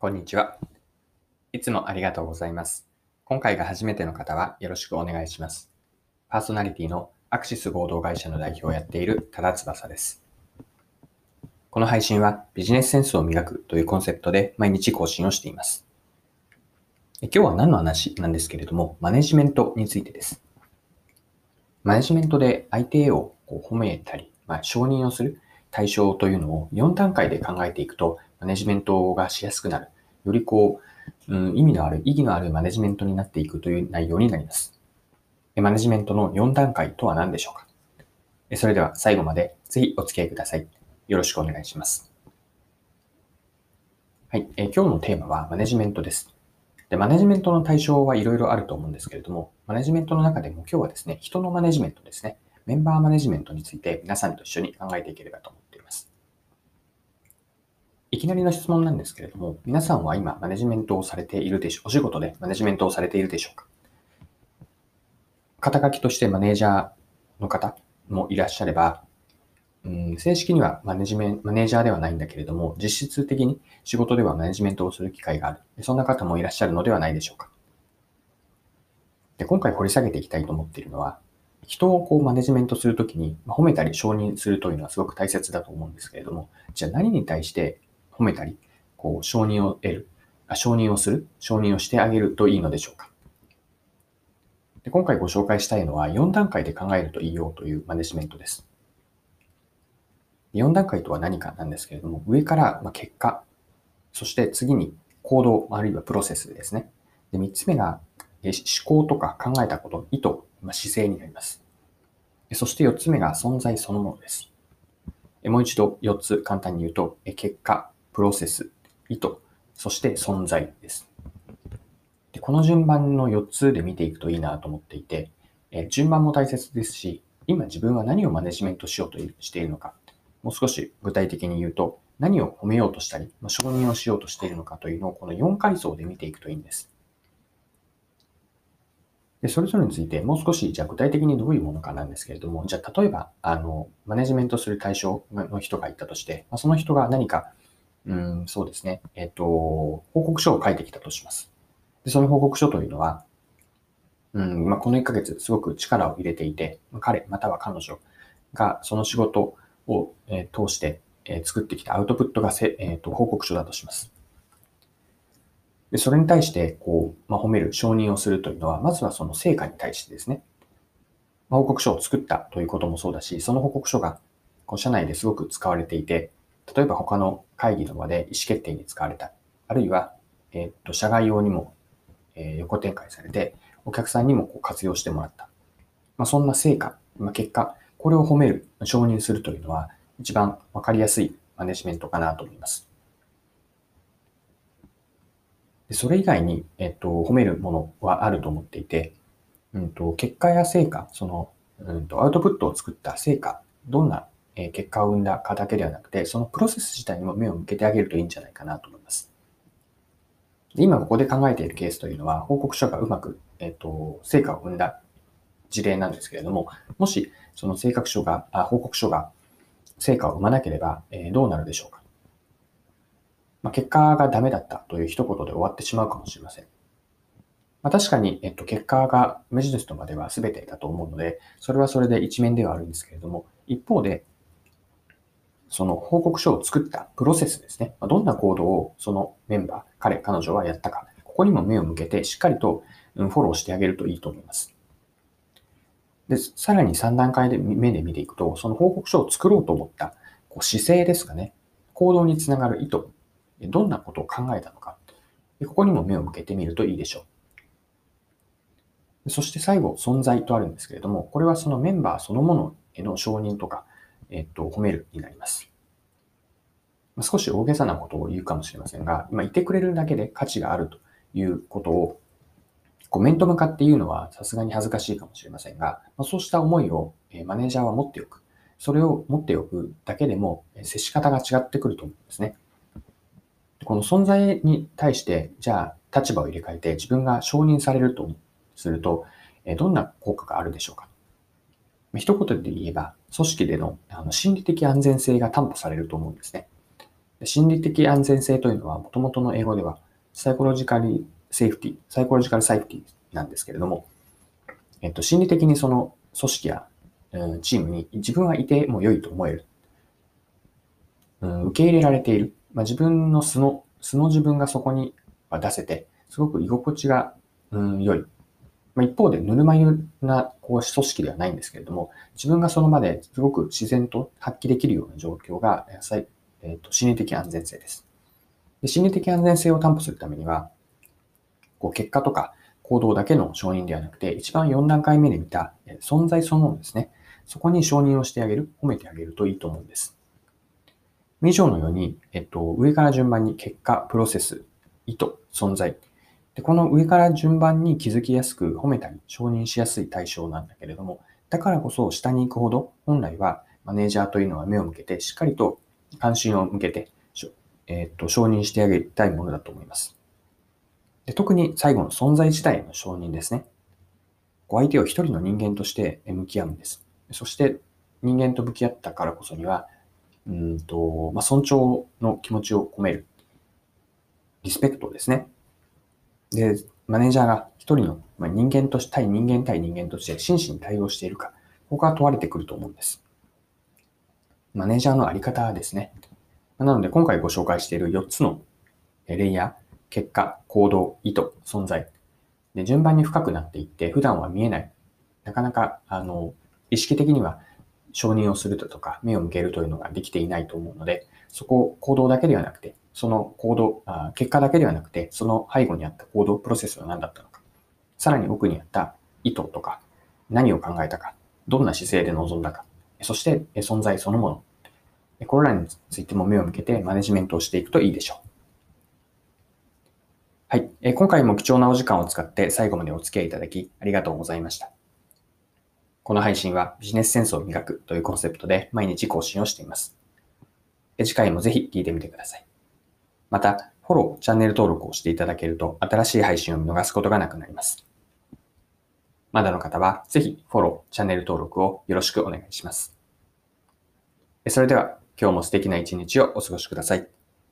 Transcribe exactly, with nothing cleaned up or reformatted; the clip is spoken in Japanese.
こんにちは。いつもありがとうございます。今回が初めての方はよろしくお願いします。パーソナリティのアクシス合同会社の代表をやっている多田翼です。この配信はビジネスセンスを磨くというコンセプトで毎日更新をしています。今日は何の話なんですけれども、マネジメントについてです。マネジメントで相手をこう褒めたり、まあ、承認をする対象というのをよん段階で考えていくと、マネジメントがしやすくなる。よりこう、うん、意味のある、意義のあるマネジメントになっていくという内容になります。マネジメントのよん段階とは何でしょうか。それでは最後までぜひお付き合いください。よろしくお願いします。はい、え今日のテーマはマネジメントです。で、マネジメントの対象はいろいろあると思うんですけれども、マネジメントの中でも今日はですね、人のマネジメントですね、メンバーマネジメントについて皆さんと一緒に考えていければと思っています。いきなりの質問なんですけれども、皆さんは今マネジメントをされているでしょう、お仕事でマネジメントをされているでしょうか。肩書きとしてマネージャーの方もいらっしゃれば、うん、正式にはマネジメント、マネージャーではないんだけれども、実質的に仕事ではマネジメントをする機会がある。そんな方もいらっしゃるのではないでしょうか。で、今回掘り下げていきたいと思っているのは、人をこうマネジメントするときに褒めたり承認するというのはすごく大切だと思うんですけれども、じゃあ何に対して褒めたり、こう承認を得る、あ承認をする、承認をしてあげるといいのでしょうか。で、今回ご紹介したいのはよん段階で考えるといいよというマネジメントです。よん段階とは何かなんですけれども、上から結果、そして次に行動、あるいはプロセスですね。で、みっつめが思考とか考えたこと、意図、姿勢になります。そしてよっつめが存在そのものです。もう一度よっつ簡単に言うと、結果、プロセス、意図、そして存在です。で、この順番のよっつで見ていくといいなと思っていて、順番も大切ですし、今自分は何をマネジメントしようとしているのか、もう少し具体的に言うと、何を褒めようとしたり、承認をしようとしているのかというのをこのよん階層で見ていくといいんです。で、それぞれについてもう少し、じゃあ具体的にどういうものかなんですけれども、じゃあ例えば、あの、マネジメントする対象の人がいたとして、その人が何か、うん、そうですね、えっと、報告書を書いてきたとします。で、その報告書というのは、うんまあ、このいっかげつすごく力を入れていて、彼または彼女がその仕事を、えー、通して、えー、作ってきたアウトプットがせ、えーと、報告書だとします。でそれに対して、こう、まあ、褒める、承認をするというのは、まずはその成果に対してですね、まあ、報告書を作ったということもそうだし、その報告書がこう社内ですごく使われていて、例えば他の会議の場で意思決定に使われた、あるいは、えーと、社外用にも、えー、横展開されて、お客さんにもこう活用してもらった。まあ、そんな成果、まあ、結果、これを褒める、承認するというのは、一番わかりやすいマネジメントかなと思います。でそれ以外に、えっと、褒めるものはあると思っていて、うんと、結果や成果、その、うんと、アウトプットを作った成果、どんな結果を生んだかだけではなくて、そのプロセス自体にも目を向けてあげるといいんじゃないかなと思います。で今ここで考えているケースというのは、報告書がうまく、えっと、成果を生んだ事例なんですけれども、もしその性格書が、あ報告書が成果を生まなければ、えー、どうなるでしょうか。まあ、結果がダメだったという一言で終わってしまうかもしれません。まあ、確かに、えっと、結果が無印とまでは全てだと思うので、それはそれで一面ではあるんですけれども、一方で、その報告書を作ったプロセスですね。どんな行動をそのメンバー、彼、彼女はやったか、ここにも目を向けてしっかりとフォローしてあげるといいと思います。で、さらにさん段階で目で見ていくと、その報告書を作ろうと思ったこう姿勢ですかね。行動につながる意図。どんなことを考えたのか。ここにも目を向けてみるといいでしょう。そして最後、存在とあるんですけれども、これはそのメンバーそのものへの承認とか、えっと、褒めるになります。少し大げさなことを言うかもしれませんが、今いてくれるだけで価値があるということをこう面と向かって言うのはさすがに恥ずかしいかもしれませんが、そうした思いをマネージャーは持っておく。それを持っておくだけでも接し方が違ってくると思うんですね。この存在に対して、じゃあ立場を入れ替えて自分が承認されるとすると、どんな効果があるでしょうか。一言で言えば、組織での心理的安全性が担保されると思うんですね。 心理的安全性というのは、元々の英語では、サイコロジカルセーフティ、サイコロジカルサイフティなんですけれども、えっと、心理的にその組織や、うん、チームに自分はいても良いと思える。うん、受け入れられている。まあ、自分の素の、素の自分がそこには出せて、すごく居心地が、うん、良い。まあ、一方で、ぬるま湯なこう組織ではないんですけれども、自分がその場ですごく自然と発揮できるような状況が、えーと、心理的安全性です。で、心理的安全性を担保するためには、こう結果とか行動だけの承認ではなくて、一番よん段階目で見た存在そのものですね。そこに承認をしてあげる、褒めてあげるといいと思うんです。以上のように、えっと、上から順番に結果、プロセス、意図、存在。で、この上から順番に気づきやすく褒めたり承認しやすい対象なんだけれども、だからこそ下に行くほど本来はマネージャーというのは目を向けてしっかりと関心を向けて、えっと、承認してあげたいものだと思います。で、特に最後の存在自体の承認ですね。お相手を一人の人間として向き合うんです。そして人間と向き合ったからこそには、うんとまあ、尊重の気持ちを込める。リスペクトですね。で、マネージャーが一人の人間として、対人間対人間として真摯に対応しているか、ここが問われてくると思うんです。マネージャーのあり方ですね。なので、今回ご紹介しているよっつのレイヤー、結果、行動、意図、存在。で、順番に深くなっていって、普段は見えない。なかなか、あの、意識的には承認をするだとか、目を向けるというのができていないと思うので、そこを行動だけではなくて、その行動、あ結果だけではなくて、その背後にあった行動、プロセスは何だったのか。さらに奥にあった意図とか、何を考えたか、どんな姿勢で臨んだか、そして存在そのもの。これらについても目を向けてマネジメントをしていくといいでしょう。はい。今回も貴重なお時間を使って最後までお付き合いいただきありがとうございました。この配信はビジネスセンスを磨くというコンセプトで毎日更新をしています。次回もぜひ聞いてみてください。また、フォロー、チャンネル登録をしていただけると新しい配信を見逃すことがなくなります。まだの方はぜひフォロー、チャンネル登録をよろしくお願いします。それでは今日も素敵な一日をお過ごしください。